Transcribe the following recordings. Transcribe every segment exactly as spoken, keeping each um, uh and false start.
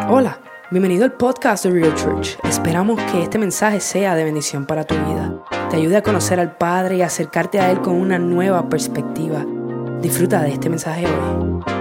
Hola, bienvenido al podcast de Real Church. Esperamos que este mensaje sea de bendición para tu vida. Te ayude a conocer al Padre y acercarte a Él con una nueva perspectiva. Disfruta de este mensaje hoy.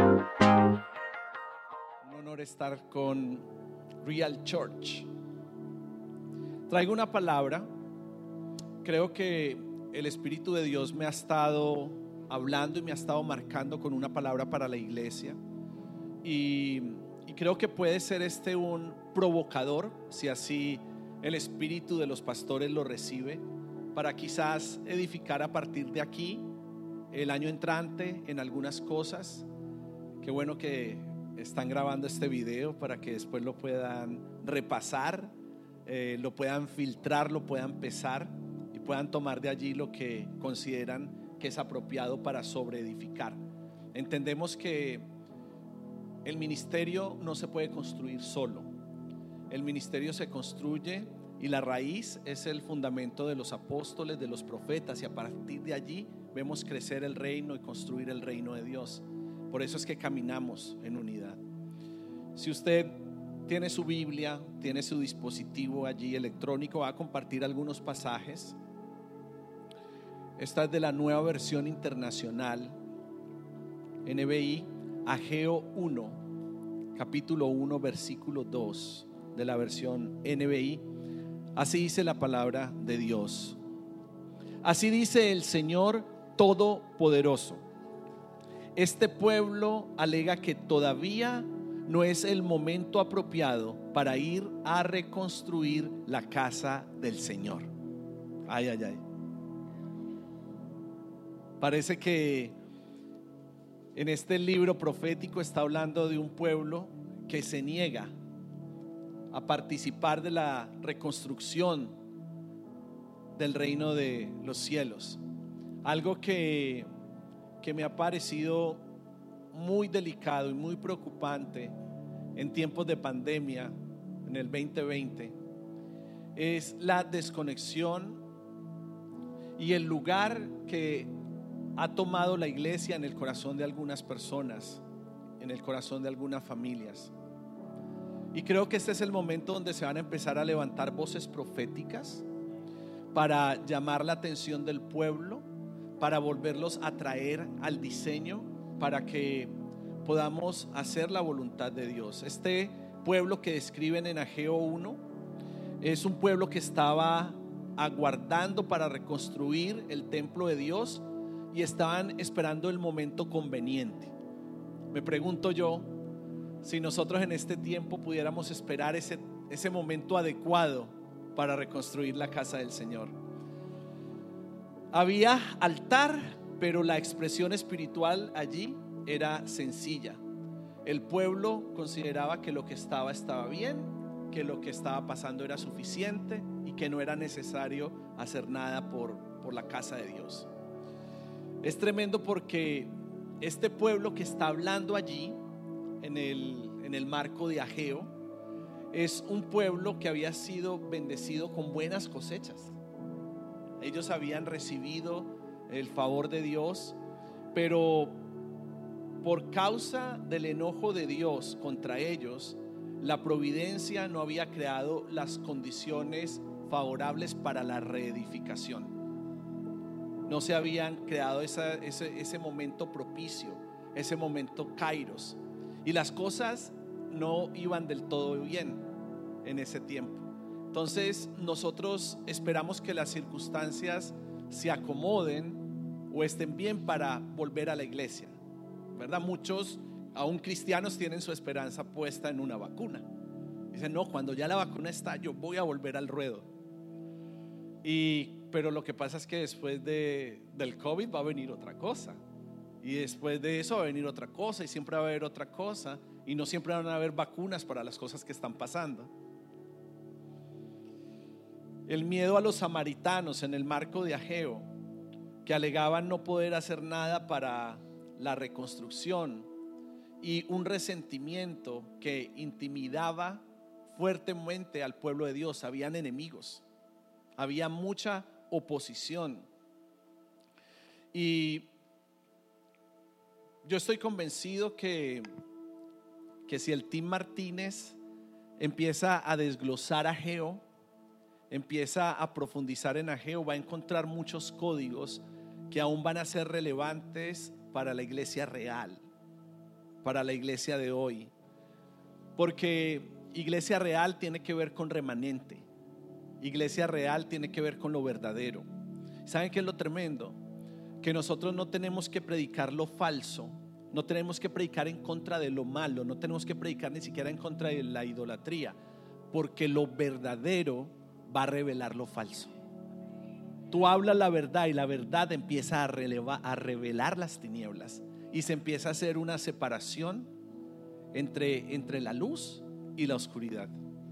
Un honor estar con Real Church. Traigo una palabra. Creo que el Espíritu de Dios me ha estado hablando y me ha estado marcando con una palabra para la iglesia. Y, y creo que puede ser este un provocador, si así el Espíritu de los pastores lo recibe, para quizás edificar a partir de aquí el año entrante en algunas cosas. Qué bueno que están grabando este video para que después lo puedan repasar, eh, lo puedan filtrar, lo puedan pesar y puedan tomar de allí lo que consideran que es apropiado para sobreedificar. Entendemos que el ministerio no se puede construir solo. El ministerio se construye y la raíz es el fundamento de los apóstoles, de los profetas, y a partir de allí vemos crecer el reino y construir el reino de Dios. Por eso es que caminamos en unidad. Si usted tiene su Biblia, tiene su dispositivo allí electrónico, va a compartir algunos pasajes. Esta es de la Nueva Versión Internacional, N B I, Ageo uno, capítulo uno, versículo dos de la versión N B I. Así dice la palabra de Dios. Así dice el Señor Todopoderoso: este pueblo alega que todavía no es el momento apropiado para ir a reconstruir la casa del Señor. Ay, ay, ay. Parece que en este libro profético está hablando de un pueblo que se niega a participar de la reconstrucción del reino de los cielos. Algo que, que me ha parecido muy delicado y muy preocupante en tiempos de pandemia en el veinte veinte es la desconexión y el lugar que ha tomado la iglesia en el corazón de algunas personas, en el corazón de algunas familias. Y creo que este es el momento donde se van a empezar a levantar voces proféticas para llamar la atención del pueblo, para volverlos a traer al diseño, para que podamos hacer la voluntad de Dios. Este pueblo que describen en Ageo uno es un pueblo que estaba aguardando para reconstruir el templo de Dios y estaban esperando el momento conveniente. Me pregunto yo si nosotros en este tiempo pudiéramos esperar ese, ese momento adecuado para reconstruir la casa del Señor. Había altar, pero la expresión espiritual allí era sencilla. El pueblo consideraba que lo que estaba estaba bien, que lo que estaba pasando era suficiente y que no era necesario hacer nada por, por la casa de Dios. Es tremendo porque este pueblo que está hablando allí en el, en el marco de Ageo es un pueblo que había sido bendecido con buenas cosechas. Ellos habían recibido el favor de Dios, pero por causa del enojo de Dios contra ellos, la providencia no había creado las condiciones favorables para la reedificación. No se habían creado esa, ese, ese momento propicio, ese momento kairos, y las cosas no iban del todo bien en ese tiempo. Entonces nosotros esperamos que las circunstancias se acomoden o estén bien para volver a la iglesia, ¿verdad? Muchos, aún cristianos, tienen su esperanza puesta en una vacuna. Dicen: no, cuando ya la vacuna está, yo voy a volver al ruedo. Y pero lo que pasa es que después de, del COVID va a venir otra cosa, y después de eso va a venir otra cosa, y siempre va a haber otra cosa, y no siempre van a haber vacunas para las cosas que están pasando. El miedo a los samaritanos en el marco de Ageo, que alegaban no poder hacer nada para la reconstrucción, y un resentimiento que intimidaba fuertemente al pueblo de Dios. Habían enemigos, había mucha oposición. Y yo estoy convencido que, que si el Team Martínez empieza a desglosar Ageo, empieza a profundizar en Ageo, va a encontrar muchos códigos que aún van a ser relevantes para la iglesia real, para la iglesia de hoy. Porque iglesia real tiene que ver con remanente, iglesia real tiene que ver con lo verdadero. ¿Saben qué es lo tremendo? Que nosotros no tenemos que predicar lo falso, no tenemos que predicar en contra de lo malo, no tenemos que predicar ni siquiera en contra de la idolatría, porque lo verdadero va a revelar lo falso. Tú hablas la verdad y la verdad empieza a, releva, a revelar las tinieblas y se empieza a hacer una separación entre, entre la luz y la oscuridad.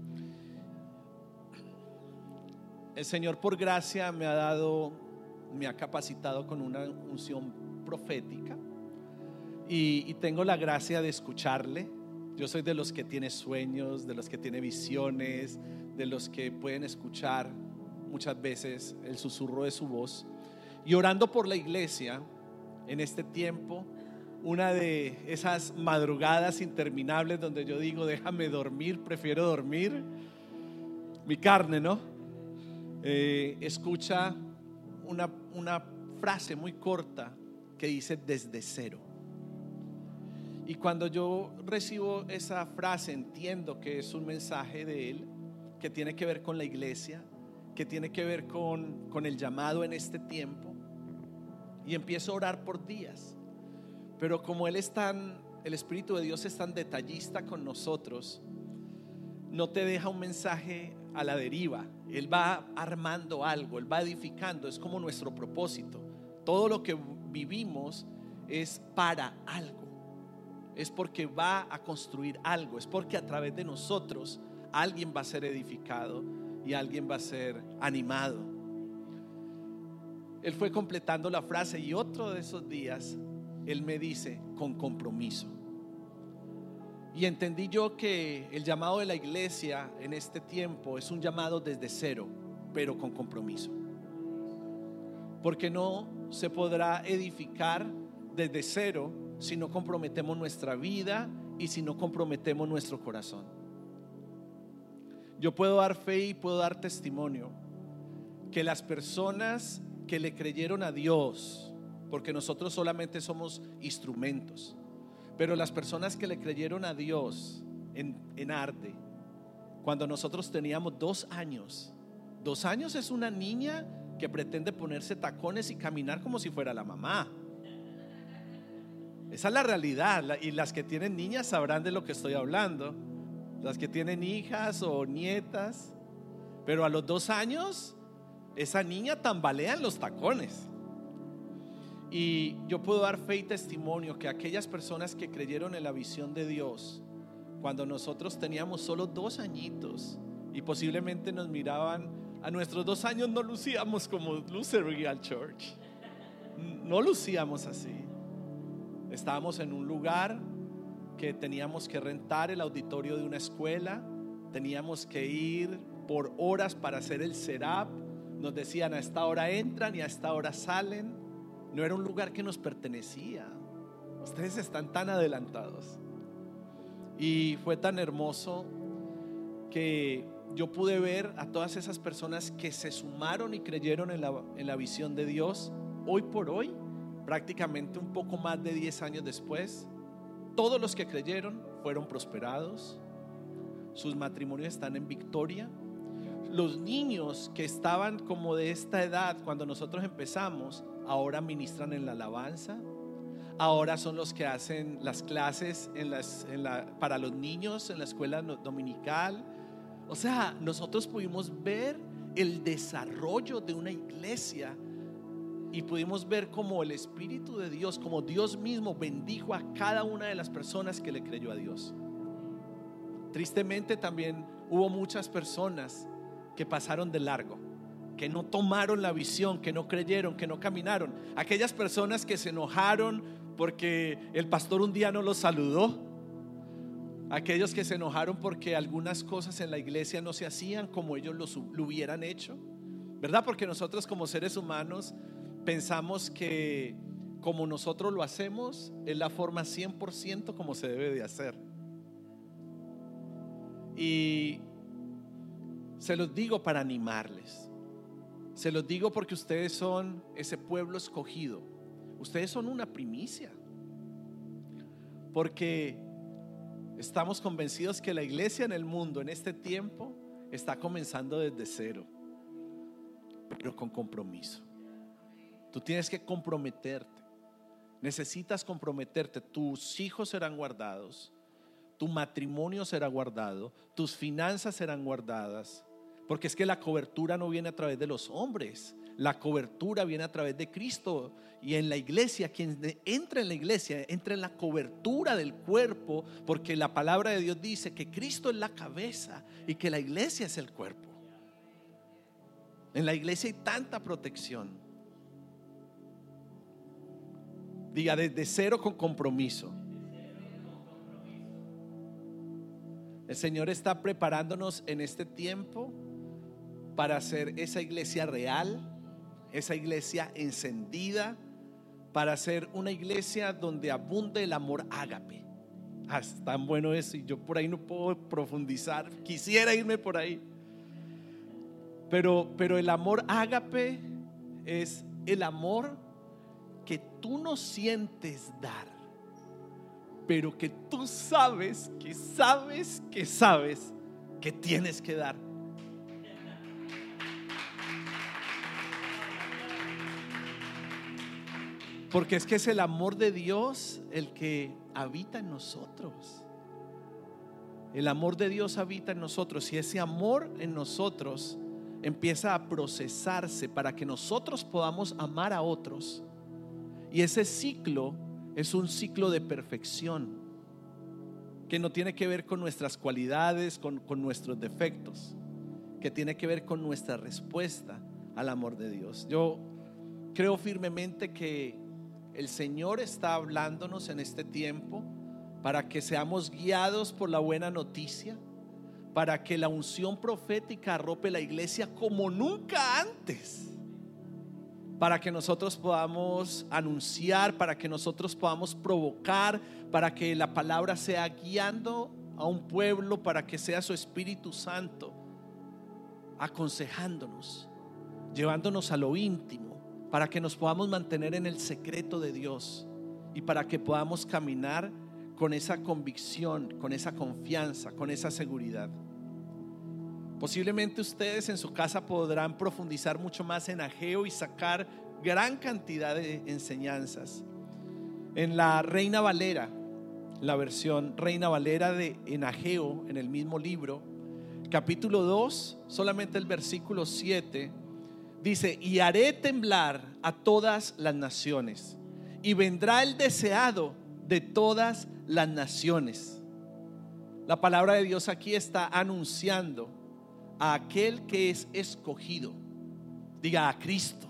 El Señor por gracia me ha dado, me ha capacitado con una unción profética y, y tengo la gracia de escucharle. Yo soy de los que tiene sueños, de los que tiene visiones, de los que pueden escuchar muchas veces el susurro de su voz. Y orando por la iglesia en este tiempo, una de esas madrugadas interminables donde yo digo déjame dormir, prefiero dormir mi carne, ¿no? Eh, escucha una, una frase muy corta que dice desde cero. Y cuando yo recibo esa frase entiendo que es un mensaje de él que tiene que ver con la iglesia, que tiene que ver con, con el llamado en este tiempo. Y empiezo a orar por días. Pero como él es tan, el Espíritu de Dios es tan detallista con nosotros, no te deja un mensaje a la deriva. Él va armando algo, él va edificando. Es como nuestro propósito. Todo lo que vivimos es para algo, es porque va a construir algo, es porque a través de nosotros alguien va a ser edificado y alguien va a ser animado. Él fue completando la frase y otro de esos días él me dice con compromiso. Y entendí yo que el llamado de la iglesia en este tiempo es un llamado desde cero, pero con compromiso. Porque no se podrá edificar desde cero si no comprometemos nuestra vida y si no comprometemos nuestro corazón. Yo puedo dar fe y puedo dar testimonio que las personas que le creyeron a Dios, porque nosotros solamente somos instrumentos, pero las personas que le creyeron a Dios en, en Arde, cuando nosotros teníamos dos años, dos años es una niña que pretende ponerse tacones y caminar como si fuera la mamá. Esa es la realidad, y las que tienen niñas sabrán de lo que estoy hablando, las que tienen hijas o nietas. Pero a los dos años esa niña tambalea en los tacones. Y yo puedo dar fe y testimonio que aquellas personas que creyeron en la visión de Dios, cuando nosotros teníamos solo dos añitos y posiblemente nos miraban, a nuestros dos años no lucíamos como luce Real Church, no lucíamos así. Estábamos en un lugar que teníamos que rentar el auditorio de una escuela, teníamos que ir por horas para hacer el setup. Nos decían a esta hora entran y a esta hora salen. No era un lugar que nos pertenecía. Ustedes están tan adelantados. Y fue tan hermoso que yo pude ver a todas esas personas que se sumaron y creyeron en la, en la visión de Dios. Hoy por hoy, prácticamente un poco más de diez años después, todos los que creyeron fueron prosperados. Sus matrimonios están en victoria. Los niños que estaban como de esta edad cuando nosotros empezamos, ahora ministran en la alabanza. Ahora son los que hacen las clases en las, en la, para los niños en la escuela dominical. O sea, nosotros pudimos ver el desarrollo de una iglesia y pudimos ver cómo el Espíritu de Dios, como Dios mismo bendijo a cada una de las personas que le creyó a Dios. Tristemente también hubo muchas personas que pasaron de largo, que no tomaron la visión, que no creyeron, que no caminaron. Aquellas personas que se enojaron porque el pastor un día no los saludó. Aquellos que se enojaron porque algunas cosas en la iglesia no se hacían como ellos lo, lo hubieran hecho, ¿verdad? Porque nosotros como seres humanos pensamos que como nosotros lo hacemos es la forma cien por ciento como se debe de hacer. Y se los digo para animarles. Se los digo porque ustedes son ese pueblo escogido. Ustedes son una primicia. Porque estamos convencidos que la iglesia en el mundo en este tiempo está comenzando desde cero, pero con compromiso. Tú tienes que comprometerte. Necesitas comprometerte. Tus hijos serán guardados, tu matrimonio será guardado, tus finanzas serán guardadas, porque es que la cobertura no viene a través de los hombres, la cobertura viene a través de Cristo. Y en la iglesia, quien entra en la iglesia entra en la cobertura del cuerpo, porque la palabra de Dios dice que Cristo es la cabeza y que la iglesia es el cuerpo. En la iglesia hay tanta protección. Diga, desde cero con compromiso. El Señor está preparándonos en este tiempo para hacer esa iglesia real, esa iglesia encendida, para hacer una iglesia donde abunde el amor ágape. Ah, es tan bueno eso, y yo por ahí no puedo profundizar. Quisiera irme por ahí, pero, pero el amor ágape es el amor que tú no sientes dar, pero que tú sabes, que sabes, que sabes que tienes que dar. Porque es que es el amor de Dios el que habita en nosotros. El amor de Dios habita en nosotros, y ese amor en nosotros empieza a procesarse para que nosotros podamos amar a otros. Y ese ciclo es un ciclo de perfección que no tiene que ver con nuestras cualidades, con, con nuestros defectos, que tiene que ver con nuestra respuesta al amor de Dios. Yo creo firmemente que el Señor está hablándonos en este tiempo para que seamos guiados por la buena noticia, para que la unción profética arrope la iglesia como nunca antes, para que nosotros podamos anunciar, para que nosotros podamos provocar, para que la palabra sea guiando a un pueblo, para que sea su Espíritu Santo aconsejándonos, llevándonos a lo íntimo, para que nos podamos mantener en el secreto de Dios y para que podamos caminar con esa convicción, con esa confianza, con esa seguridad. Posiblemente ustedes en su casa podrán profundizar mucho más en Ageo y sacar gran cantidad de enseñanzas. En la Reina Valera, la versión Reina Valera de en Ageo, en el mismo libro, capítulo dos, solamente el versículo siete, dice: y haré temblar a todas las naciones, y vendrá el deseado de todas las naciones. La palabra de Dios aquí está anunciando a aquel que es escogido. Diga, a Cristo.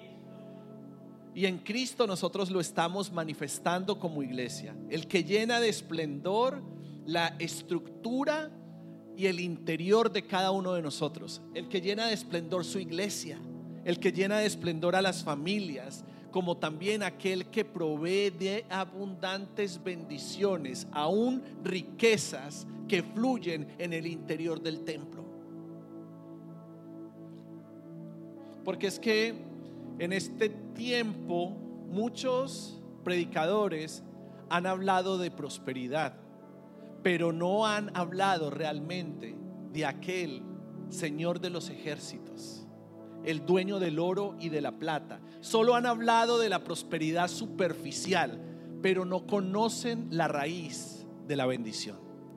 Y en Cristo nosotros lo estamos manifestando como iglesia, el que llena de esplendor la estructura y el interior de cada uno de nosotros, el que llena de esplendor su iglesia, el que llena de esplendor a las familias, como también aquel que provee de abundantes bendiciones, aún riquezas que fluyen en el interior del templo. Porque es que en este tiempo muchos predicadores han hablado de prosperidad, pero no han hablado realmente de aquel Señor de los ejércitos, el dueño del oro y de la plata. Solo han hablado de la prosperidad superficial, pero no conocen la raíz de la bendición.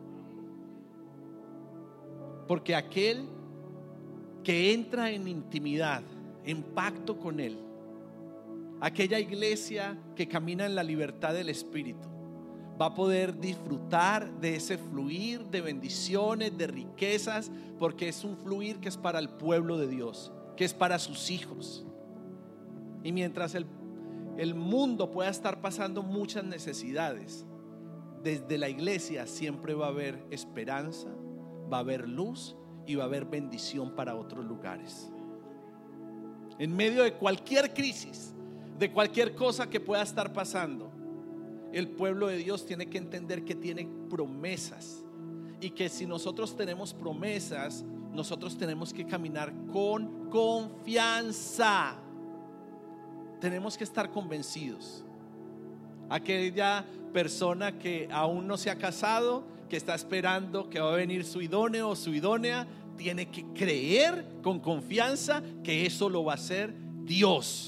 Porque aquel que entra en intimidad, en pacto con Él, aquella iglesia que camina en la libertad del Espíritu, va a poder disfrutar de ese fluir de bendiciones, de riquezas, porque es un fluir que es para el pueblo de Dios, que es para sus hijos. Y mientras el, el mundo pueda estar pasando muchas necesidades, desde la iglesia siempre va a haber esperanza, va a haber luz y va a haber bendición para otros lugares. En medio de cualquier crisis, de cualquier cosa que pueda estar pasando, el pueblo de Dios tiene que entender que tiene promesas y que si nosotros tenemos promesas, nosotros tenemos que caminar con confianza. Tenemos que estar convencidos. Aquella persona que aún no se ha casado, que está esperando que va a venir su idóneo o su idónea, tiene que creer con confianza que eso lo va a hacer Dios.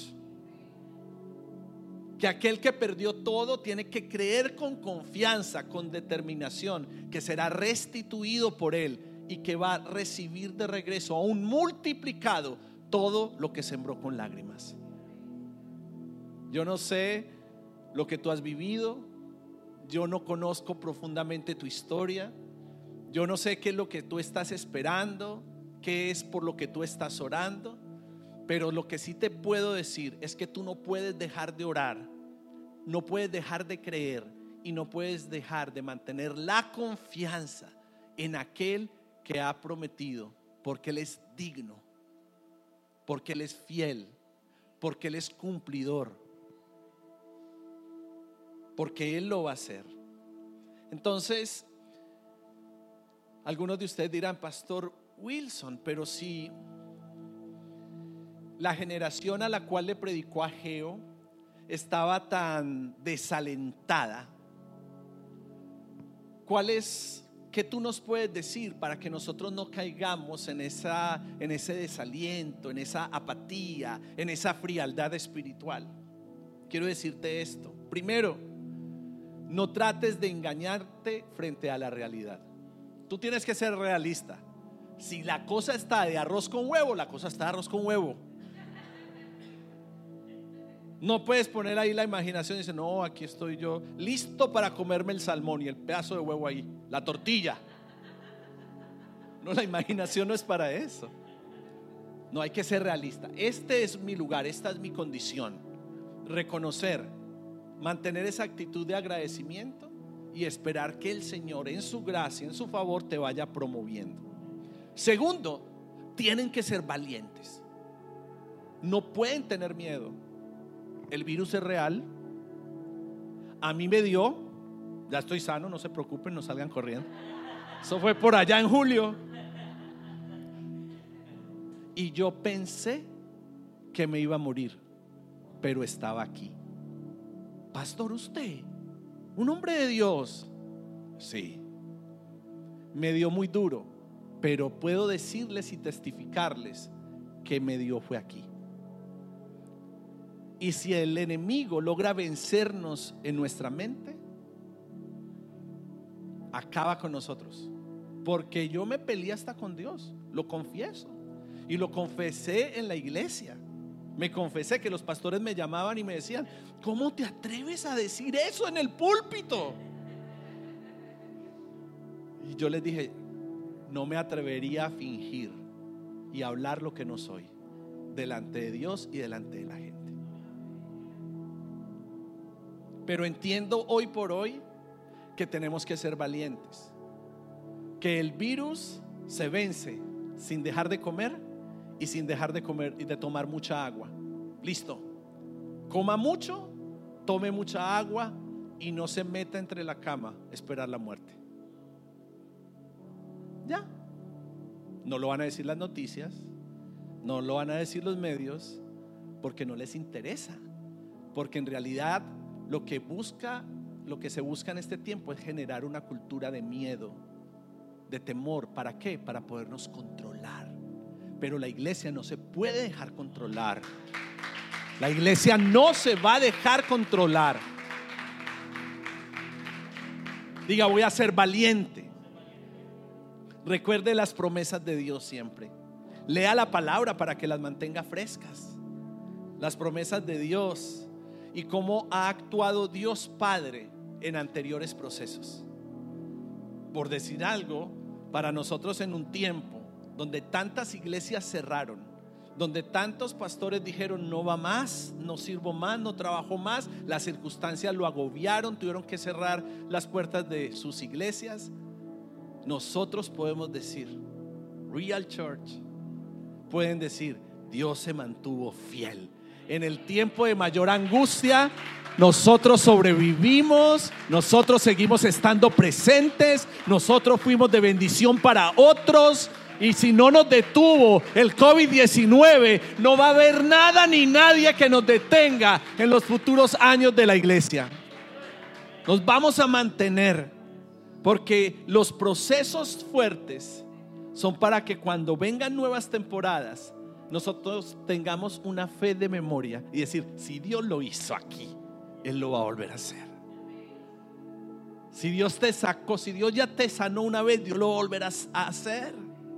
Que aquel que perdió todo tiene que creer con confianza, con determinación, que será restituido por Él y que va a recibir de regreso aún multiplicado todo lo que sembró con lágrimas. Yo no sé lo que tú has vivido, yo no conozco profundamente tu historia, yo no sé qué es lo que tú estás esperando, qué es por lo que tú estás orando. Pero lo que sí te puedo decir es que tú no puedes dejar de orar, no puedes dejar de creer y no puedes dejar de mantener la confianza en aquel que ha prometido, porque Él es digno, porque Él es fiel, porque Él es cumplidor, porque Él lo va a hacer. Entonces, algunos de ustedes dirán: Pastor Wilson, pero si la generación a la cual le predicó Ageo estaba tan desalentada, ¿cuál es, qué tú nos puedes decir para que nosotros no caigamos en esa, en ese desaliento, en esa apatía, en esa frialdad espiritual? Quiero decirte esto. Primero, no trates de engañarte frente a la realidad. Tú tienes que ser realista. Si la cosa está de arroz con huevo, la cosa está de arroz con huevo. No puedes poner ahí la imaginación y decir: no, aquí estoy yo listo para comerme el salmón y el pedazo de huevo ahí, la tortilla. No, la imaginación no es para eso. No, hay que ser realista. Este es mi lugar, esta es mi condición. Reconocer, mantener esa actitud de agradecimiento y esperar que el Señor en su gracia, en su favor, te vaya promoviendo. Segundo, tienen que ser valientes. No pueden tener miedo. El virus es real. A mí me dio, ya estoy sano, no se preocupen, no salgan corriendo. Eso fue por allá en julio. Y yo pensé que me iba a morir, pero estaba aquí. Pastor, usted, un hombre de Dios. Sí, me dio muy duro, pero puedo decirles y testificarles que me dio fue aquí. Y si el enemigo logra vencernos en nuestra mente, acaba con nosotros. Porque yo me peleé hasta con Dios, lo confieso. Y lo confesé en la iglesia. Me confesé, que los pastores me llamaban y me decían: ¿cómo te atreves a decir eso en el púlpito? Y yo les dije: no me atrevería a fingir y hablar lo que no soy delante de Dios y delante de la gente. Pero entiendo hoy por hoy que tenemos que ser valientes, que el virus se vence sin dejar de comer y sin dejar de comer y de tomar mucha agua. Listo. Coma mucho, tome mucha agua y no se meta entre la cama a esperar la muerte. Ya. No lo van a decir las noticias, no lo van a decir los medios, porque no les interesa. Porque en realidad lo que busca, lo que se busca en este tiempo es generar una cultura de miedo, de temor. ¿Para qué? Para podernos controlar. Pero la iglesia no se puede dejar controlar. La iglesia no se va a dejar controlar. Diga: voy a ser valiente. Recuerde las promesas de Dios siempre. Lea la palabra para que las mantenga frescas. Las promesas de Dios y cómo ha actuado Dios Padre en anteriores procesos. Por decir algo, para nosotros en un tiempo donde tantas iglesias cerraron, donde tantos pastores dijeron: no va más, no sirvo más, no trabajo más, las circunstancias lo agobiaron, tuvieron que cerrar las puertas de sus iglesias, nosotros podemos decir, Real Church, pueden decir: Dios se mantuvo fiel. En el tiempo de mayor angustia, nosotros sobrevivimos, nosotros seguimos estando presentes, nosotros fuimos de bendición para otros. Y si no nos detuvo el COVID diecinueve, no va a haber nada ni nadie que nos detenga en los futuros años de la iglesia. Nos vamos a mantener, porque los procesos fuertes son para que cuando vengan nuevas temporadas, nosotros tengamos una fe de memoria y decir: si Dios lo hizo aquí, Él lo va a volver a hacer. Si Dios te sacó, si Dios ya te sanó una vez, Dios lo volverá a hacer.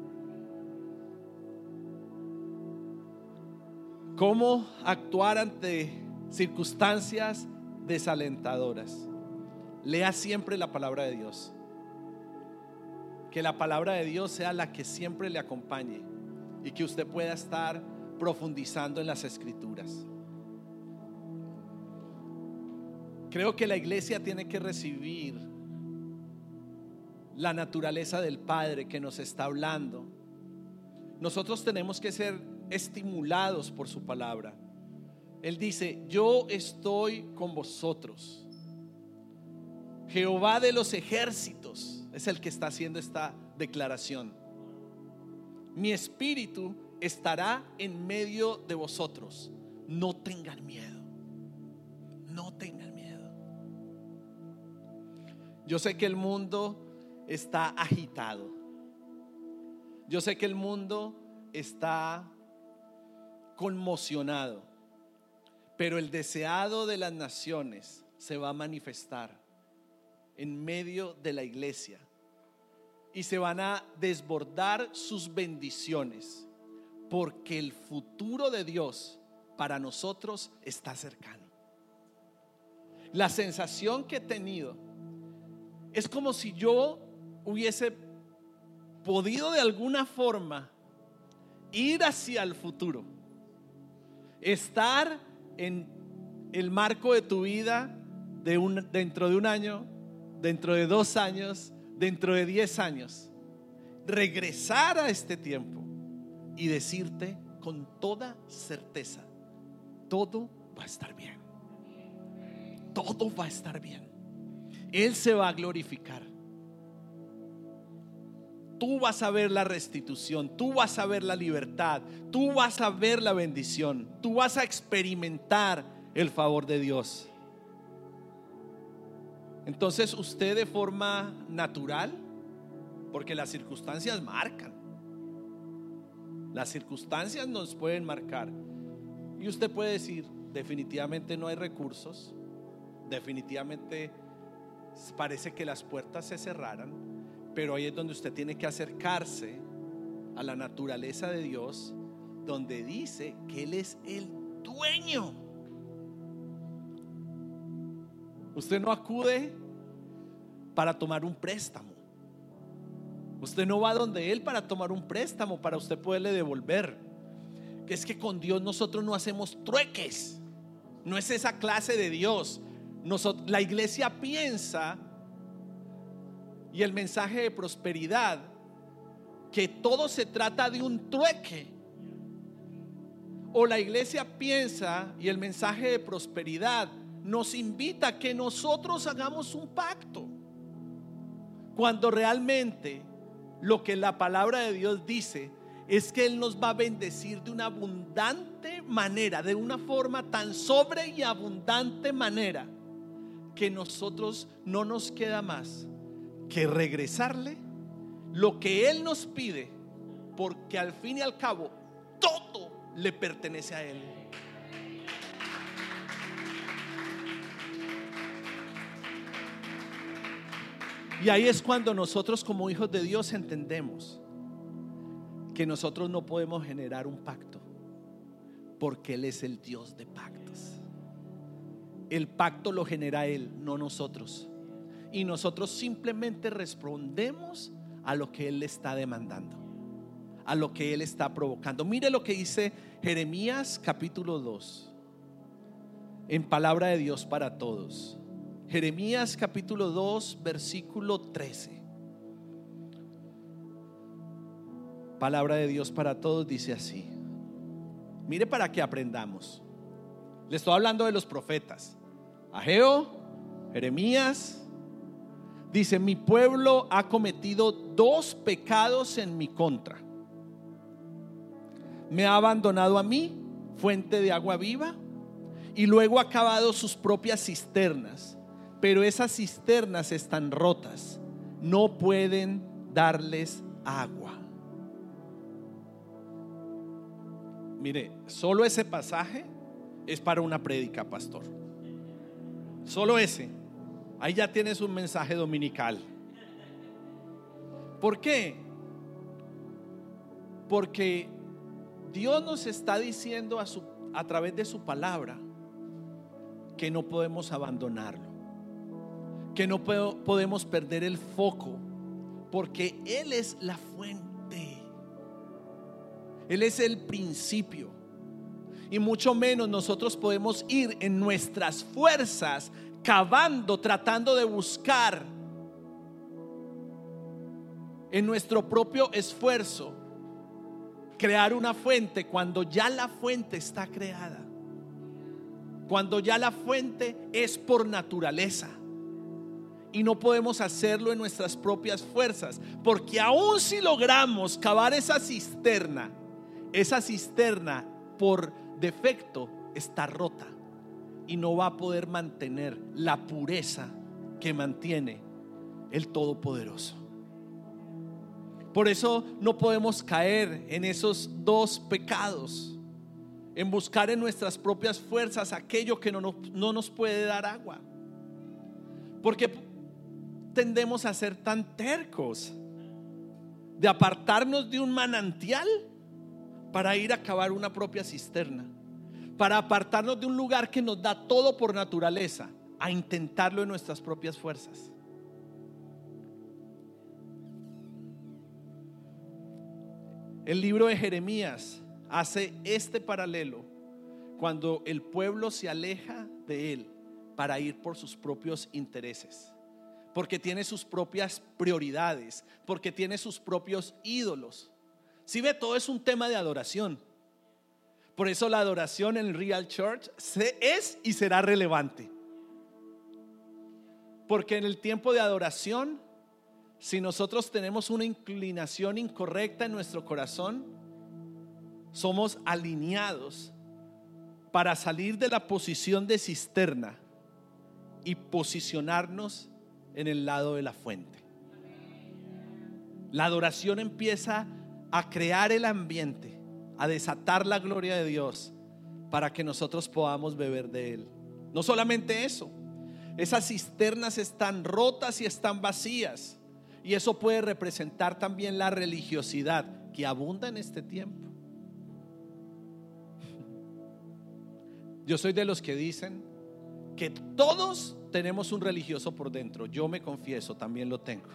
¿Cómo actuar ante circunstancias desalentadoras? Lea siempre la palabra de Dios. Que la palabra de Dios sea la que siempre le acompañe y que usted pueda estar profundizando en las escrituras. Creo que la iglesia tiene que recibir la naturaleza del Padre que nos está hablando. Nosotros tenemos que ser estimulados por su palabra. Él dice: yo estoy con vosotros. Jehová de los ejércitos es el que está haciendo esta declaración. Mi espíritu estará en medio de vosotros. No tengan miedo. No tengan miedo. Yo sé que el mundo está agitado. Yo sé que el mundo está conmocionado, pero el deseado de las naciones se va a manifestar en medio de la iglesia y se van a desbordar sus bendiciones, porque el futuro de Dios para nosotros está cercano. La sensación que he tenido es como si yo hubiese podido de alguna forma ir hacia el futuro, estar en el marco de tu vida de un, dentro de un año, dentro de dos años, dentro de diez años, regresar a este tiempo y decirte con toda certeza: todo va a estar bien, todo va a estar bien. Él se va a glorificar. Tú vas a ver la restitución, tú vas a ver la libertad, tú vas a ver la bendición, tú vas a experimentar el favor de Dios. Entonces usted, de forma natural, porque las circunstancias marcan, las circunstancias nos pueden marcar, y usted puede decir: definitivamente no hay recursos, definitivamente parece que las puertas se cerraran. Pero ahí es donde usted tiene que acercarse a la naturaleza de Dios, donde dice que Él es el dueño. Usted no acude para tomar un préstamo. Usted no va donde Él para tomar un préstamo para usted poderle devolver. Que es que con Dios nosotros no hacemos trueques. No es esa clase de Dios. Nosotros, la iglesia piensa, y el mensaje de prosperidad, que todo se trata de un trueque. O la iglesia piensa, y el mensaje de prosperidad nos invita a que nosotros hagamos un pacto, cuando realmente lo que la palabra de Dios dice es que Él nos va a bendecir de una abundante manera, de una forma tan sobre y abundante manera, que nosotros no nos queda más que regresarle lo que Él nos pide, porque al fin y al cabo todo le pertenece a Él. Y ahí es cuando nosotros, como hijos de Dios, entendemos que nosotros no podemos generar un pacto, porque Él es el Dios de pactos. El pacto lo genera Él, no nosotros. Y nosotros simplemente respondemos a lo que Él está demandando, a lo que Él está provocando. Mire lo que dice Jeremías capítulo dos, en palabra de Dios para todos. Jeremías capítulo dos, versículo trece. Palabra de Dios para todos, dice así. Mire, para que aprendamos. Le estoy hablando de los profetas. Ageo, Jeremías. Dice: mi pueblo ha cometido dos pecados en mi contra. Me ha abandonado a mí, fuente de agua viva, y luego ha cavado sus propias cisternas, pero esas cisternas están rotas, no pueden darles agua. Mire, solo ese pasaje es para una prédica, pastor. Solo ese. Ahí ya tienes un mensaje dominical. ¿Por qué? Porque Dios nos está diciendo a, su, a través de su palabra que no podemos abandonarlo, que no puedo, podemos perder el foco, porque Él es la fuente, Él es el principio. Y mucho menos nosotros podemos ir en nuestras fuerzas cavando, tratando de buscar en nuestro propio esfuerzo crear una fuente cuando ya la fuente está creada, cuando ya la fuente es por naturaleza. Y no podemos hacerlo en nuestras propias fuerzas, porque aun si logramos cavar esa cisterna, esa cisterna por defecto está rota y no va a poder mantener la pureza que mantiene el Todopoderoso. Por eso no podemos caer en esos dos pecados, en buscar en nuestras propias fuerzas aquello que no nos, no nos puede dar agua, porque tendemos a ser tan tercos de apartarnos de un manantial para ir a cavar una propia cisterna, para apartarnos de un lugar que nos da todo por naturaleza, a intentarlo en nuestras propias fuerzas. El libro de Jeremías hace este paralelo cuando el pueblo se aleja de él para ir por sus propios intereses, porque tiene sus propias prioridades, porque tiene sus propios ídolos. Si ve, todo es un tema de adoración. Por eso la adoración en Real Church es y será relevante, porque en el tiempo de adoración, si nosotros tenemos una inclinación incorrecta en nuestro corazón, somos alineados para salir de la posición de cisterna y posicionarnos en el lado de la fuente. La adoración empieza a crear el ambiente, a desatar la gloria de Dios para que nosotros podamos beber de Él. No solamente eso, esas cisternas están rotas y están vacías. Y eso puede representar también la religiosidad que abunda en este tiempo. Yo soy de los que dicen que todos tenemos un religioso por dentro. Yo me confieso, también lo tengo.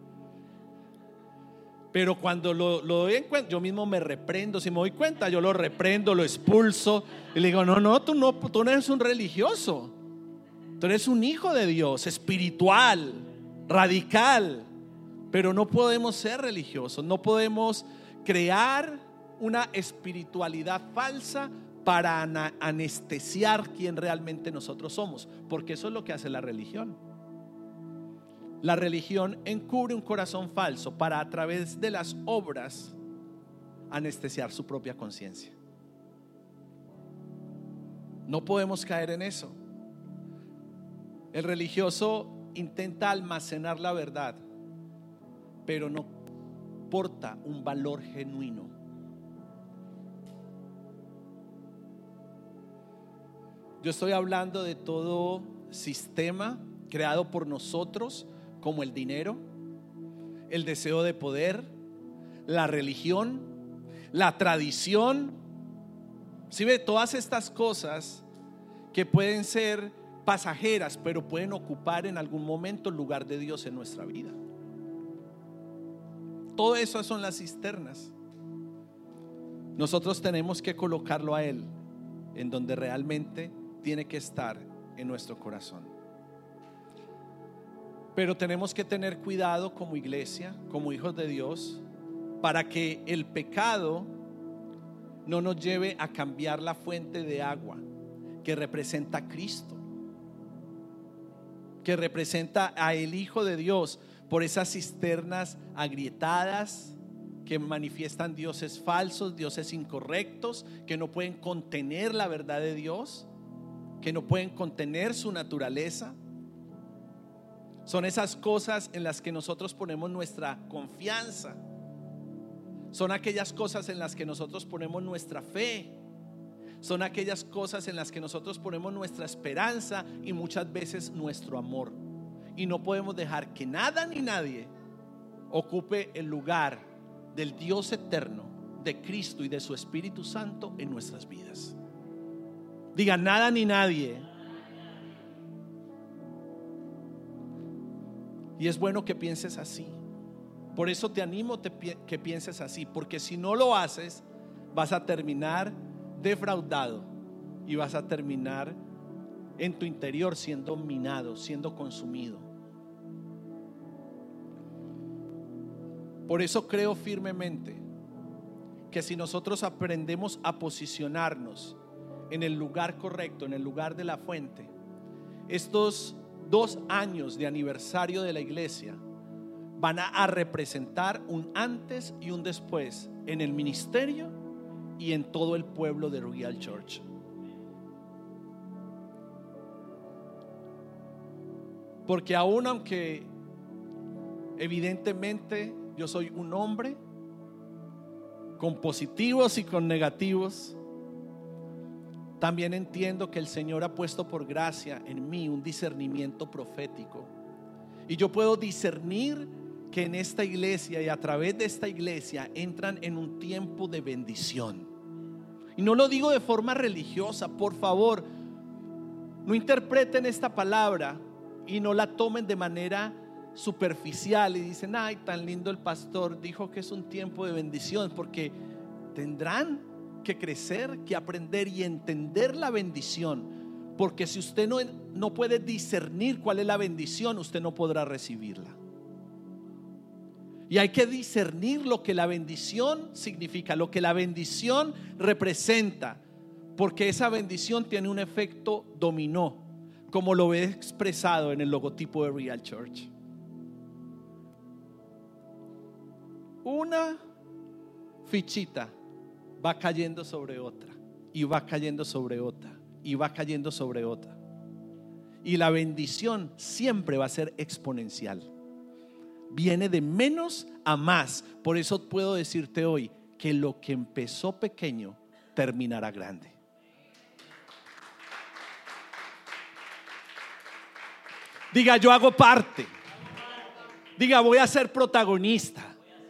Pero cuando lo, lo doy en cuenta, yo mismo me reprendo. Si me doy cuenta, yo lo reprendo, lo expulso y le digo: no, no, tú no, tú no eres un religioso. Tú eres un hijo de Dios, espiritual, radical. Pero no podemos ser religiosos, no podemos crear una espiritualidad falsa para anestesiar quién realmente nosotros somos, porque eso es lo que hace la religión. La religión encubre un corazón falso para, a través de las obras, anestesiar su propia conciencia. No podemos caer en eso. El religioso intenta almacenar la verdad, pero no porta un valor genuino. Yo estoy hablando de todo sistema creado por nosotros, como el dinero, el deseo de poder, la religión, la tradición. Si ve, todas estas cosas que pueden ser pasajeras, pero pueden ocupar en algún momento el lugar de Dios en nuestra vida. Todo eso son las cisternas. Nosotros tenemos que colocarlo a Él en donde realmente tiene que estar, en nuestro corazón. Pero tenemos que tener cuidado como iglesia, como hijos de Dios, para que el pecado no nos lleve a cambiar la fuente de agua que representa a Cristo, que representa a el Hijo de Dios, por esas cisternas agrietadas que manifiestan dioses falsos, dioses incorrectos, que no pueden contener la verdad de Dios, que no pueden contener su naturaleza. Son esas cosas en las que nosotros ponemos nuestra confianza. Son aquellas cosas en las que nosotros ponemos nuestra fe. Son aquellas cosas en las que nosotros ponemos nuestra esperanza y muchas veces nuestro amor. Y no podemos dejar que nada ni nadie ocupe el lugar del Dios eterno, de Cristo y de su Espíritu Santo en nuestras vidas. Diga, nada ni nadie. Y es bueno que pienses así. Por eso te animo te, que pienses así, porque si no lo haces, vas a terminar defraudado y vas a terminar en tu interior siendo minado, siendo consumido. Por eso creo firmemente que si nosotros aprendemos a posicionarnos en el lugar correcto, en el lugar de la fuente, estos dos años de aniversario de la iglesia van a, a representar un antes y un después en el ministerio y en todo el pueblo de Real Church. Porque aún aunque evidentemente yo soy un hombre con positivos y con negativos, también entiendo que el Señor ha puesto por gracia en mí un discernimiento profético. Y yo puedo discernir que en esta iglesia y a través de esta iglesia entran en un tiempo de bendición. Y no lo digo de forma religiosa, por favor, no interpreten esta palabra y no la tomen de manera superficial y dicen, ay, tan lindo el pastor, dijo que es un tiempo de bendición, porque tendrán que crecer, que aprender y entender la bendición, porque si usted no, no puede discernir cuál es la bendición, usted no podrá recibirla. Y hay que discernir lo que la bendición significa, lo que la bendición representa, porque esa bendición tiene un efecto dominó, como lo ve expresado en el logotipo de Real Church. Una fichita va cayendo sobre otra, y va cayendo sobre otra, y va cayendo sobre otra. Y la bendición siempre va a ser exponencial. Viene de menos a más. Por eso puedo decirte hoy que lo que empezó pequeño terminará grande. Diga, yo hago parte. Diga, voy a ser protagonista.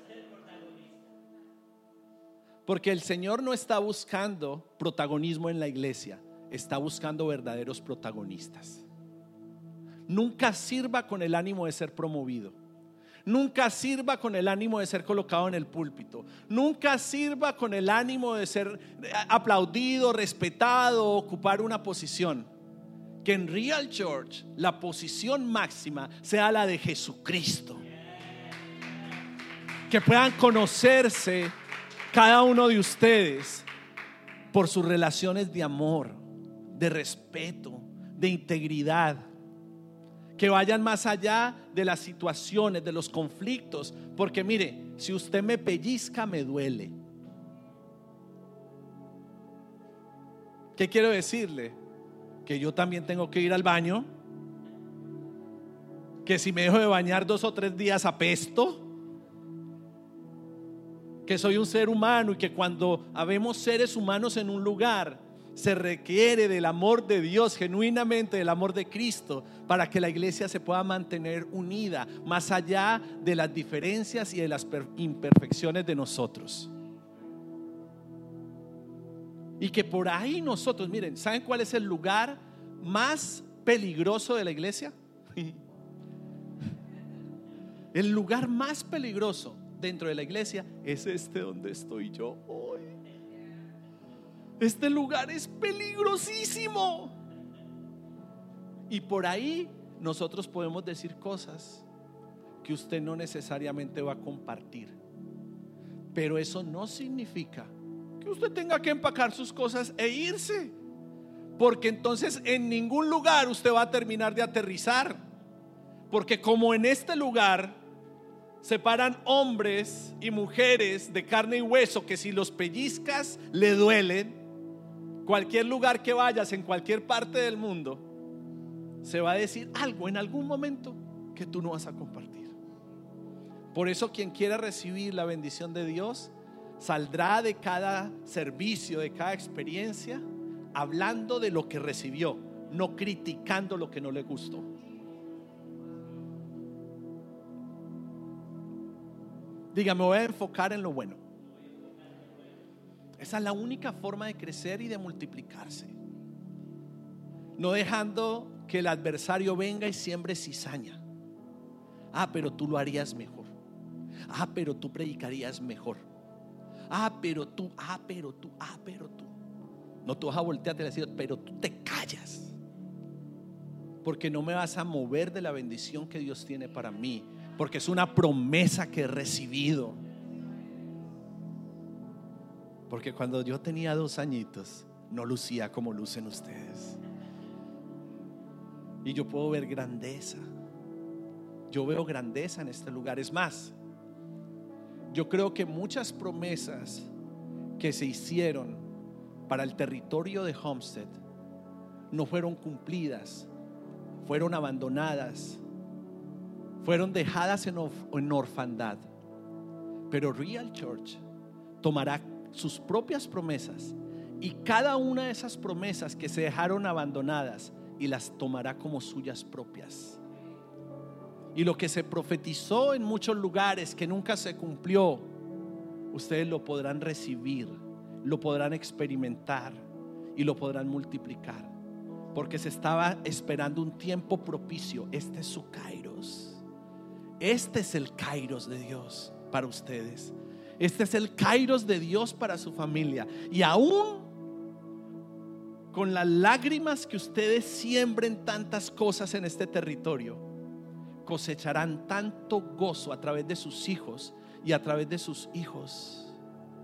Porque el Señor no está buscando protagonismo en la iglesia, está buscando verdaderos protagonistas. Nunca sirva con el ánimo de ser promovido. Nunca sirva con el ánimo de ser colocado en el púlpito. Nunca sirva con el ánimo de ser aplaudido, respetado, ocupar una posición. Que en Real Church la posición máxima sea la de Jesucristo. Que puedan conocerse cada uno de ustedes por sus relaciones de amor, de respeto, de integridad. Que vayan más allá de las situaciones, de los conflictos. Porque mire, si usted me pellizca, me duele. ¿Qué quiero decirle? Que yo también tengo que ir al baño. Que si me dejo de bañar dos o tres días apesto. Que soy un ser humano y que cuando habemos seres humanos en un lugar se requiere del amor de Dios, genuinamente del amor de Cristo, para que la iglesia se pueda mantener unida más allá de las diferencias y de las imperfecciones de nosotros. Y que por ahí nosotros, miren, ¿saben cuál es el lugar más peligroso de la iglesia? El lugar más peligroso dentro de la iglesia es este donde estoy yo hoy. Este lugar es peligrosísimo. Y por ahí nosotros podemos decir cosas que usted no necesariamente va a compartir. Pero eso no significa que usted tenga que empacar sus cosas e irse. Porque entonces en ningún lugar usted va a terminar de aterrizar. Porque como en este lugar se paran hombres y mujeres de carne y hueso que si los pellizcas le duelen, cualquier lugar que vayas en cualquier parte del mundo se va a decir algo en algún momento que tú no vas a compartir. Por eso quien quiera recibir la bendición de Dios saldrá de cada servicio, de cada experiencia, hablando de lo que recibió, no criticando lo que no le gustó. Diga, me voy a enfocar en lo bueno. Esa es la única forma de crecer y de multiplicarse. No dejando que el adversario venga y siembre cizaña. Ah, pero tú lo harías mejor. Ah, pero tú predicarías mejor. Ah, pero tú, ah, pero tú, ah, pero tú. No, tú vas a voltearte y decir, pero tú te callas. Porque no me vas a mover de la bendición que Dios tiene para mí. Porque es una promesa que he recibido. Porque cuando yo tenía dos añitos no lucía como lucen ustedes. Y yo puedo ver grandeza. Yo veo grandeza en este lugar. Es más, yo creo que muchas promesas que se hicieron para el territorio de Homestead no fueron cumplidas, fueron abandonadas, fueron dejadas en, orf- en orfandad. Pero Real Church tomará sus propias promesas y cada una de esas promesas que se dejaron abandonadas y las tomará como suyas propias. Y lo que se profetizó en muchos lugares que nunca se cumplió, ustedes lo podrán recibir, lo podrán experimentar y lo podrán multiplicar, porque se estaba esperando un tiempo propicio. Este es su Kairos. Este es el Kairos de Dios para ustedes. Este es el Kairos de Dios para su familia. Y aún con las lágrimas que ustedes siembren tantas cosas en este territorio, cosecharán tanto gozo a través de sus hijos y a través de sus hijos.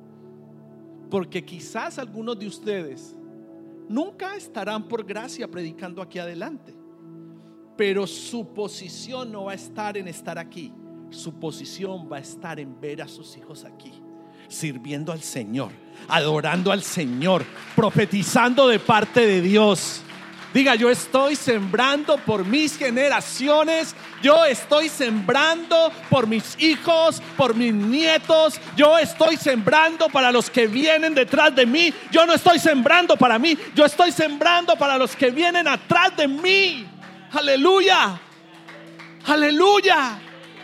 Porque quizás algunos de ustedes nunca estarán por gracia predicando aquí adelante, pero su posición no va a estar en estar aquí. Su posición va a estar en ver a sus hijos aquí, sirviendo al Señor, adorando al Señor, profetizando de parte de Dios. Diga, yo estoy sembrando por mis generaciones. Yo estoy sembrando por mis hijos, por mis nietos. Yo estoy sembrando para los que vienen detrás de mí. Yo no estoy sembrando para mí, yo estoy sembrando para los que vienen atrás de mí. Aleluya, aleluya.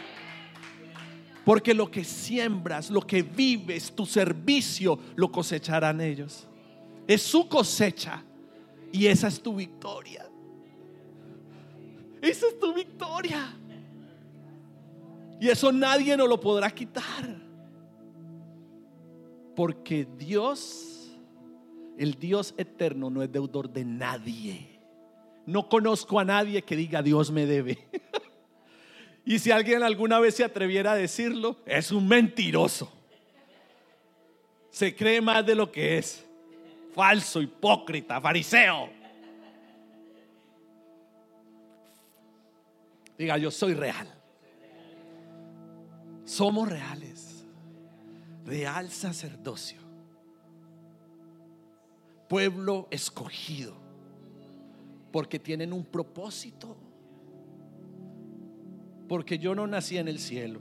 Porque lo que siembras, lo que vives, tu servicio, lo cosecharán ellos. Es su cosecha. Y esa es tu victoria. Esa es tu victoria. Y eso nadie nos lo podrá quitar. Porque Dios, el Dios eterno, no es deudor de nadie. No conozco a nadie que diga Dios me debe. Y si alguien alguna vez se atreviera a decirlo, es un mentiroso. Se cree más de lo que es. Falso, hipócrita, fariseo. Diga, yo soy real. Somos reales. Real sacerdocio. Pueblo escogido. Porque tienen un propósito. Porque yo no nací en el cielo.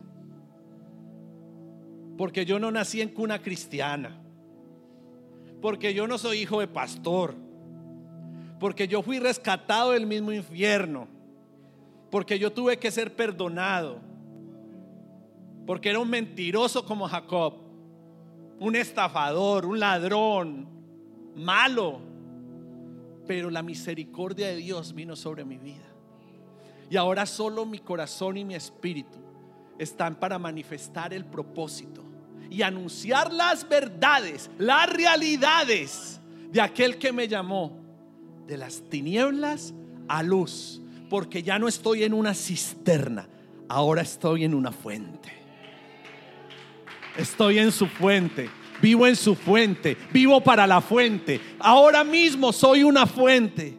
Porque yo no nací en cuna cristiana. Porque yo no soy hijo de pastor. Porque yo fui rescatado del mismo infierno. Porque yo tuve que ser perdonado. Porque era un mentiroso como Jacob, un estafador, un ladrón, malo. Pero la misericordia de Dios vino sobre mi vida. Y ahora solo mi corazón y mi espíritu están para manifestar el propósito y anunciar las verdades, las realidades de aquel que me llamó de las tinieblas a luz. Porque ya no estoy en una cisterna, ahora estoy en una fuente. Estoy en su fuente. Vivo en su fuente, vivo para la fuente. Ahora mismo soy una fuente.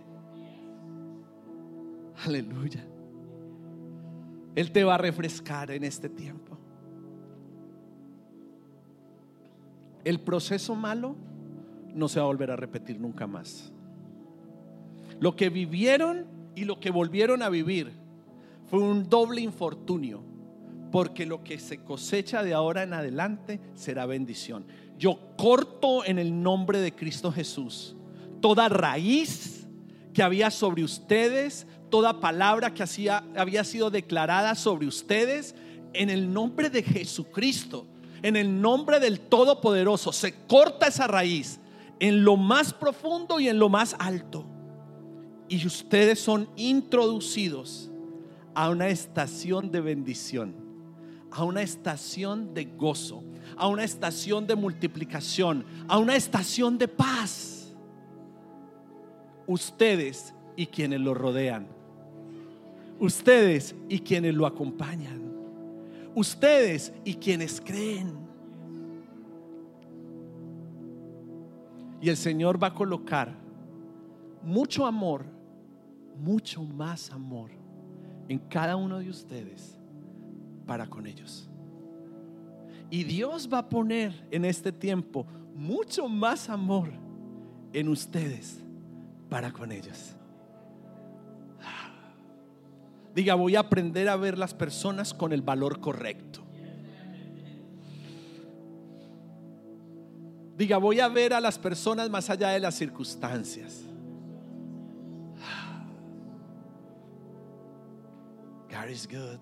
Aleluya. Él te va a refrescar en este tiempo. El proceso malo no se va a volver a repetir nunca más. Lo que vivieron y lo que volvieron a vivir fue un doble infortunio, porque lo que se cosecha de ahora en adelante será bendición. Yo corto en el nombre de Cristo Jesús toda raíz que había sobre ustedes, toda palabra que hacía, había sido declarada sobre ustedes, en el nombre de Jesucristo, en el nombre del Todopoderoso. Se corta esa raíz en lo más profundo y en lo más alto, y ustedes son introducidos a una estación de bendición, a una estación de gozo, a una estación de multiplicación, a una estación de paz. Ustedes y quienes lo rodean, ustedes y quienes lo acompañan, ustedes y quienes creen. Y el Señor va a colocar mucho amor, mucho más amor en cada uno de ustedes para con ellos. Y Dios va a poner en este tiempo mucho más amor en ustedes para con ellos. Diga, voy a aprender a ver las personas con el valor correcto. Diga, voy a ver a las personas más allá de las circunstancias. God is good.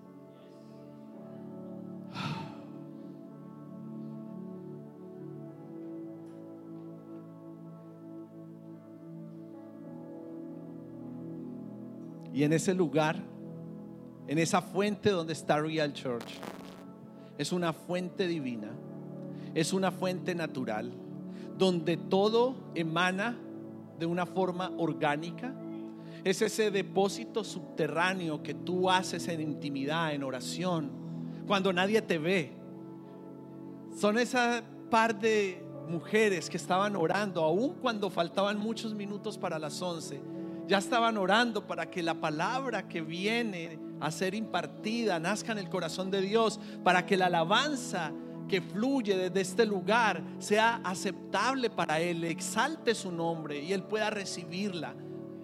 Y en ese lugar, en esa fuente donde está Real Church, es una fuente divina, es una fuente natural, donde todo emana de una forma orgánica. Es ese depósito subterráneo que tú haces en intimidad, en oración, cuando nadie te ve. Son esa par de mujeres que estaban orando, aun cuando faltaban muchos minutos para las once. Ya estaban orando para que la palabra que viene a ser impartida nazca en el corazón de Dios, para que la alabanza que fluye desde este lugar sea aceptable para Él, exalte su nombre y Él pueda recibirla.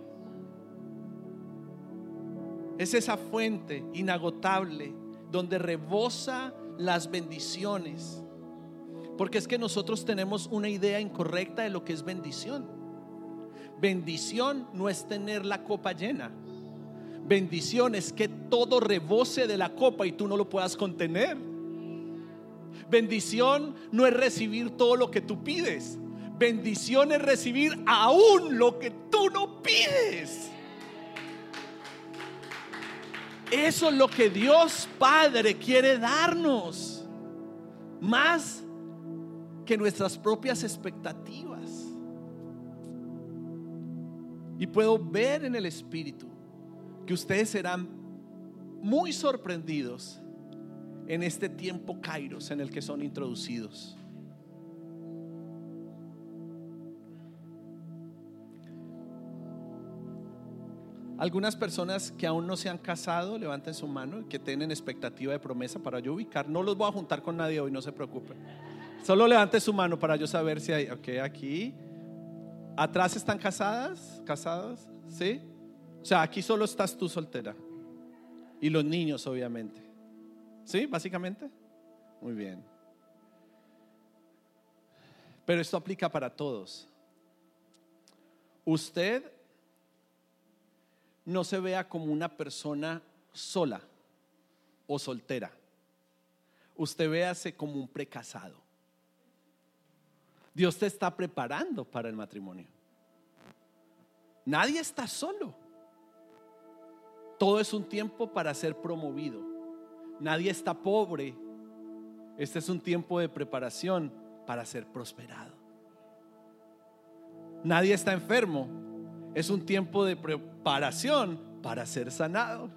Es esa fuente inagotable donde rebosa las bendiciones, porque es que nosotros tenemos una idea incorrecta de lo que es bendición. Bendición no es tener la copa llena. Bendición es que todo rebose de la copa y tú no lo puedas contener. Bendición no es recibir todo lo que tú pides. Bendición es recibir aún lo que tú no pides. Eso es lo que Dios Padre quiere darnos, más que nuestras propias expectativas. Y puedo ver en el Espíritu que ustedes serán muy sorprendidos en este tiempo Kairos en el que son introducidos. Algunas personas que aún no se han casado, levanten su mano, que tienen expectativa de promesa para yo ubicar. No los voy a juntar con nadie hoy, no se preocupen. Solo levanten su mano para yo saber si hay. Ok, aquí. ¿Atrás están casadas? ¿Casados? ¿Sí? O sea, aquí solo estás tú soltera. Y los niños, obviamente. ¿Sí? Básicamente. Muy bien. Pero esto aplica para todos. Usted no se vea como una persona sola o soltera. Usted véase como un precasado. Dios te está preparando para el matrimonio. Nadie está solo. Todo es un tiempo para ser promovido. Nadie está pobre. Este es un tiempo de preparación para ser prosperado. Nadie está enfermo. Es un tiempo de preparación para ser sanado.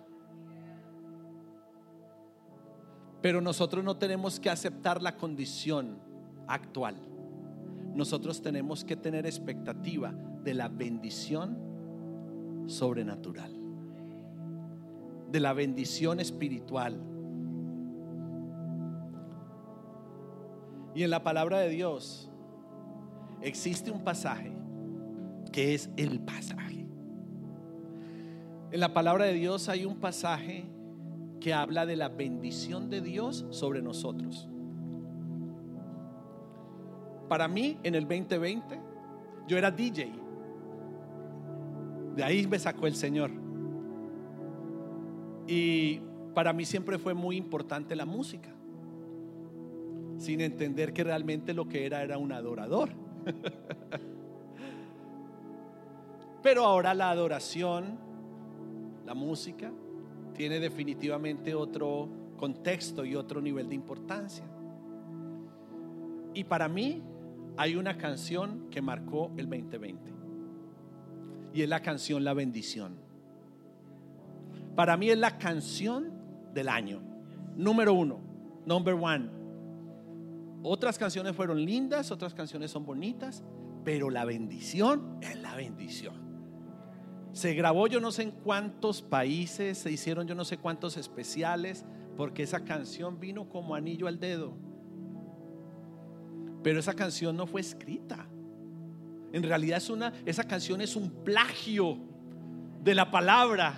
Pero nosotros no tenemos que aceptar la condición actual. nosotros tenemos que tener expectativa de la bendición sobrenatural, de la bendición espiritual. Y en la palabra de Dios existe un pasaje que es el pasaje. En la palabra de Dios hay un pasaje que habla de la bendición de Dios sobre nosotros. Para mí, en el veinte veinte, yo era D J. De ahí me sacó el Señor. Y para mí siempre fue muy importante la música, sin entender que realmente lo que era era un adorador. Pero ahora la adoración, la música, tiene definitivamente otro contexto y otro nivel de importancia. Y para mí hay una canción que marcó el veinte veinte, y es la canción La Bendición. Para mí es la canción del año, número uno, number one. Otras canciones fueron lindas, otras canciones son bonitas, pero La Bendición es la bendición. Se grabó yo no sé en cuántos países, se hicieron yo no sé cuántos especiales, porque esa canción vino como anillo al dedo. Pero esa canción no fue escrita. En realidad es una, esa canción es un plagio de la palabra.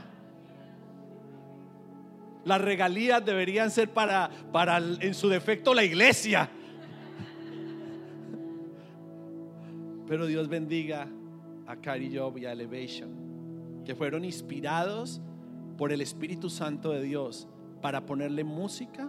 Las regalías deberían ser para, para en su defecto, la iglesia. Pero Dios bendiga a Cari Job y a Elevation, que fueron inspirados por el Espíritu Santo de Dios para ponerle música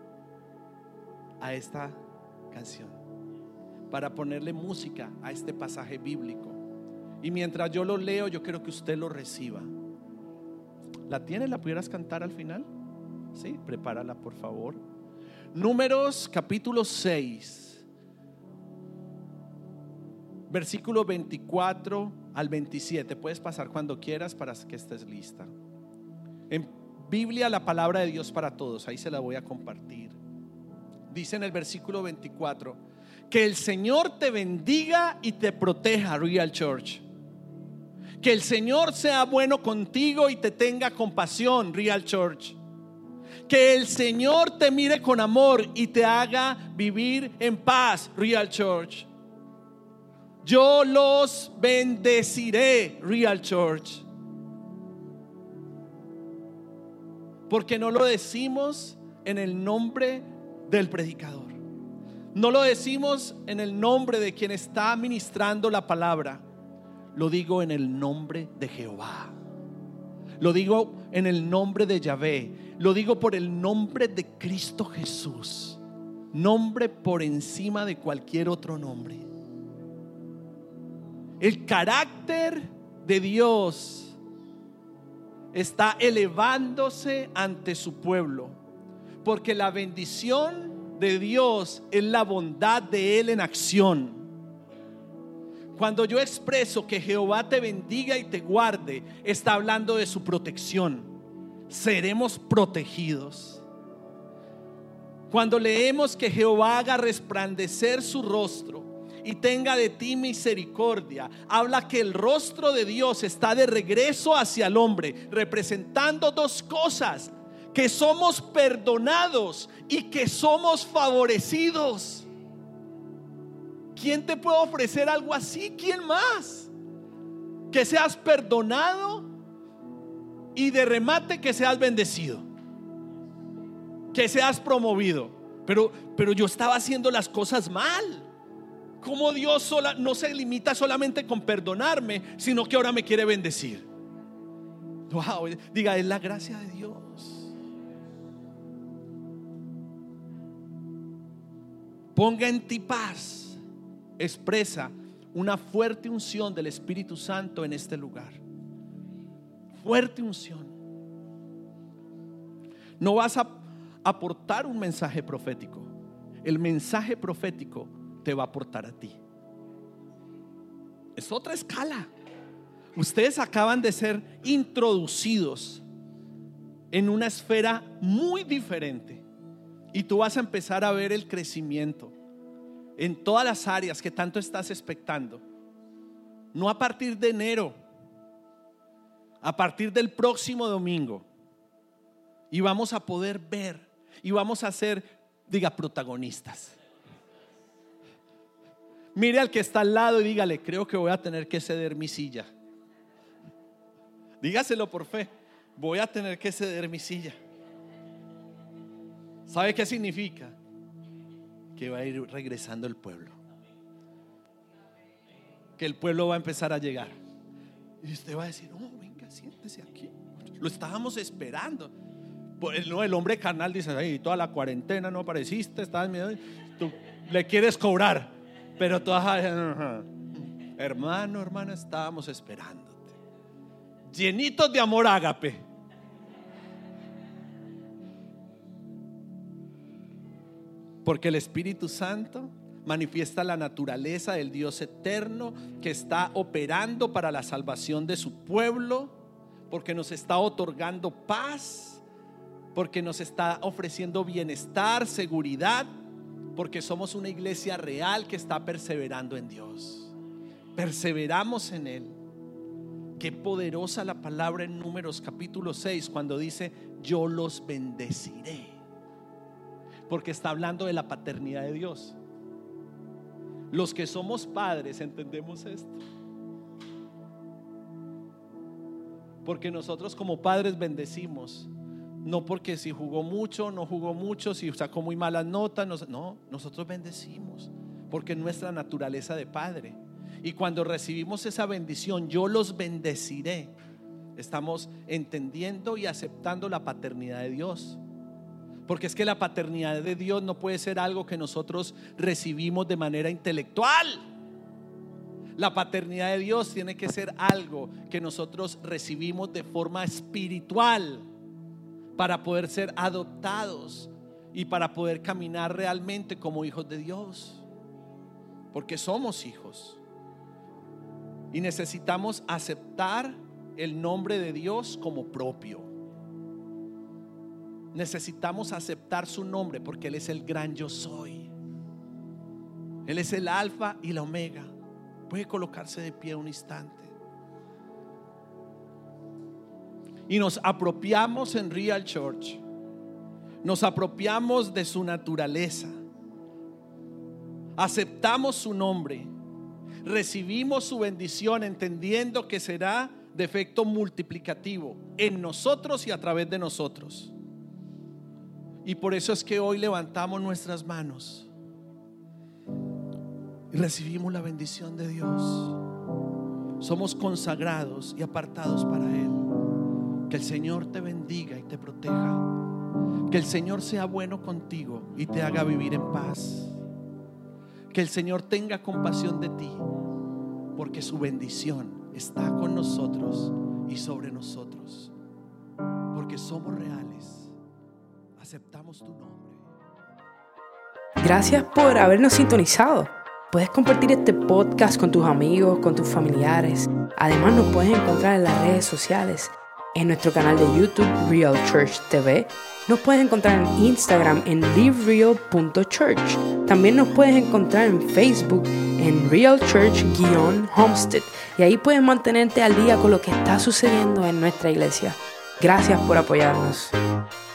a esta canción, para ponerle música a este pasaje bíblico. Y mientras yo lo leo, yo quiero que usted lo reciba. ¿La tienes? ¿La pudieras cantar al final? Sí, prepárala por favor. Números capítulo seis, versículo veinticuatro al veintisiete. Puedes pasar cuando quieras para que estés lista. En Biblia, la palabra de Dios para todos, ahí se la voy a compartir. Dice en el versículo veinticuatro: que el Señor te bendiga y te proteja, Real Church. Que el Señor sea bueno contigo y te tenga compasión, Real Church. Que el Señor te mire con amor y te haga vivir en paz, Real Church. Yo los bendeciré, Real Church. Porque no lo decimos en el nombre del predicador, no lo decimos en el nombre de quien está ministrando la palabra. Lo digo en el nombre de Jehová. Lo digo en el nombre de Yahvé. Lo digo por el nombre de Cristo Jesús, nombre por encima de cualquier otro nombre. El carácter de Dios está elevándose ante su pueblo, porque la bendición de Dios es la bondad de Él en acción. Cuando yo expreso que Jehová te bendiga y te guarde, está hablando de su protección. Seremos protegidos. Cuando leemos que Jehová haga resplandecer su rostro y tenga de ti misericordia, habla que el rostro de Dios está de regreso hacia el hombre, representando dos cosas: que somos perdonados y que somos favorecidos. ¿Quién te puede ofrecer algo así? ¿Quién más? Que seas perdonado y de remate que seas bendecido, que seas promovido. Pero, pero yo estaba haciendo las cosas mal. ¿Cómo Dios sola, no se limita solamente con perdonarme, sino que ahora me quiere bendecir? Wow, diga, es la gracia de Dios. Ponga en ti paz. Expresa una fuerte unción del Espíritu Santo en este lugar. Fuerte unción. No vas a aportar un mensaje profético. El mensaje profético te va a aportar a ti. Es otra escala. Ustedes acaban de ser introducidos en una esfera muy diferente, y tú vas a empezar a ver el crecimiento. en todas las áreas que tanto estás expectando. No a partir de enero, a partir del próximo domingo. Y vamos a poder ver y vamos a ser, diga, protagonistas. Mire al que está al lado y dígale: creo que voy a tener que ceder mi silla. Dígaselo por fe: voy a tener que ceder mi silla. ¿Sabe qué significa? Que va a ir regresando el pueblo, que el pueblo va a empezar a llegar. Y usted va a decir: oh, venga, siéntese aquí. Lo estábamos esperando. No, el hombre carnal dice: ay, toda la cuarentena no apareciste, estabas miedo. Tú le quieres cobrar, pero tú, ajá, hermano, hermana, estábamos esperándote, llenitos de amor ágape. Porque el Espíritu Santo manifiesta la naturaleza del Dios eterno que está operando para la salvación de su pueblo, porque nos está otorgando paz, porque nos está ofreciendo bienestar, seguridad, porque somos una iglesia real que está perseverando en Dios. Perseveramos en Él. Qué poderosa la palabra en Números capítulo seis cuando dice: yo los bendeciré, porque está hablando de la paternidad de Dios. Los que somos padres entendemos esto, porque nosotros como padres bendecimos. No porque si jugó mucho, no jugó mucho, si sacó muy malas notas, no, no, nosotros bendecimos porque es nuestra naturaleza de padre. Y cuando recibimos esa bendición, yo los bendeciré, estamos entendiendo y aceptando la paternidad de Dios. Porque es que la paternidad de Dios no puede ser algo que nosotros recibimos de manera intelectual. La paternidad de Dios tiene que ser algo que nosotros recibimos de forma espiritual, para poder ser adoptados y para poder caminar realmente como hijos de Dios, porque somos hijos y necesitamos aceptar el nombre de Dios como propio. Necesitamos aceptar su nombre porque Él es el gran yo soy. Él es el alfa y la omega. Puede colocarse de pie un instante. Y nos apropiamos en Real Church, nos apropiamos de su naturaleza, aceptamos su nombre, recibimos su bendición, entendiendo que será de efecto multiplicativo en nosotros y a través de nosotros. Y por eso es que hoy levantamos nuestras manos y recibimos la bendición de Dios. Somos consagrados y apartados para Él. Que el Señor te bendiga y te proteja. Que el Señor sea bueno contigo y te haga vivir en paz. Que el Señor tenga compasión de ti, porque su bendición está con nosotros y sobre nosotros. Porque somos reales. Aceptamos tu nombre. Gracias por habernos sintonizado. Puedes compartir este podcast con tus amigos, con tus familiares. Además, nos puedes encontrar en las redes sociales. En nuestro canal de YouTube, Real Church T V. Nos puedes encontrar en Instagram en live real punto church. También nos puedes encontrar en Facebook en Real Church-Homestead. Y ahí puedes mantenerte al día con lo que está sucediendo en nuestra iglesia. Gracias por apoyarnos.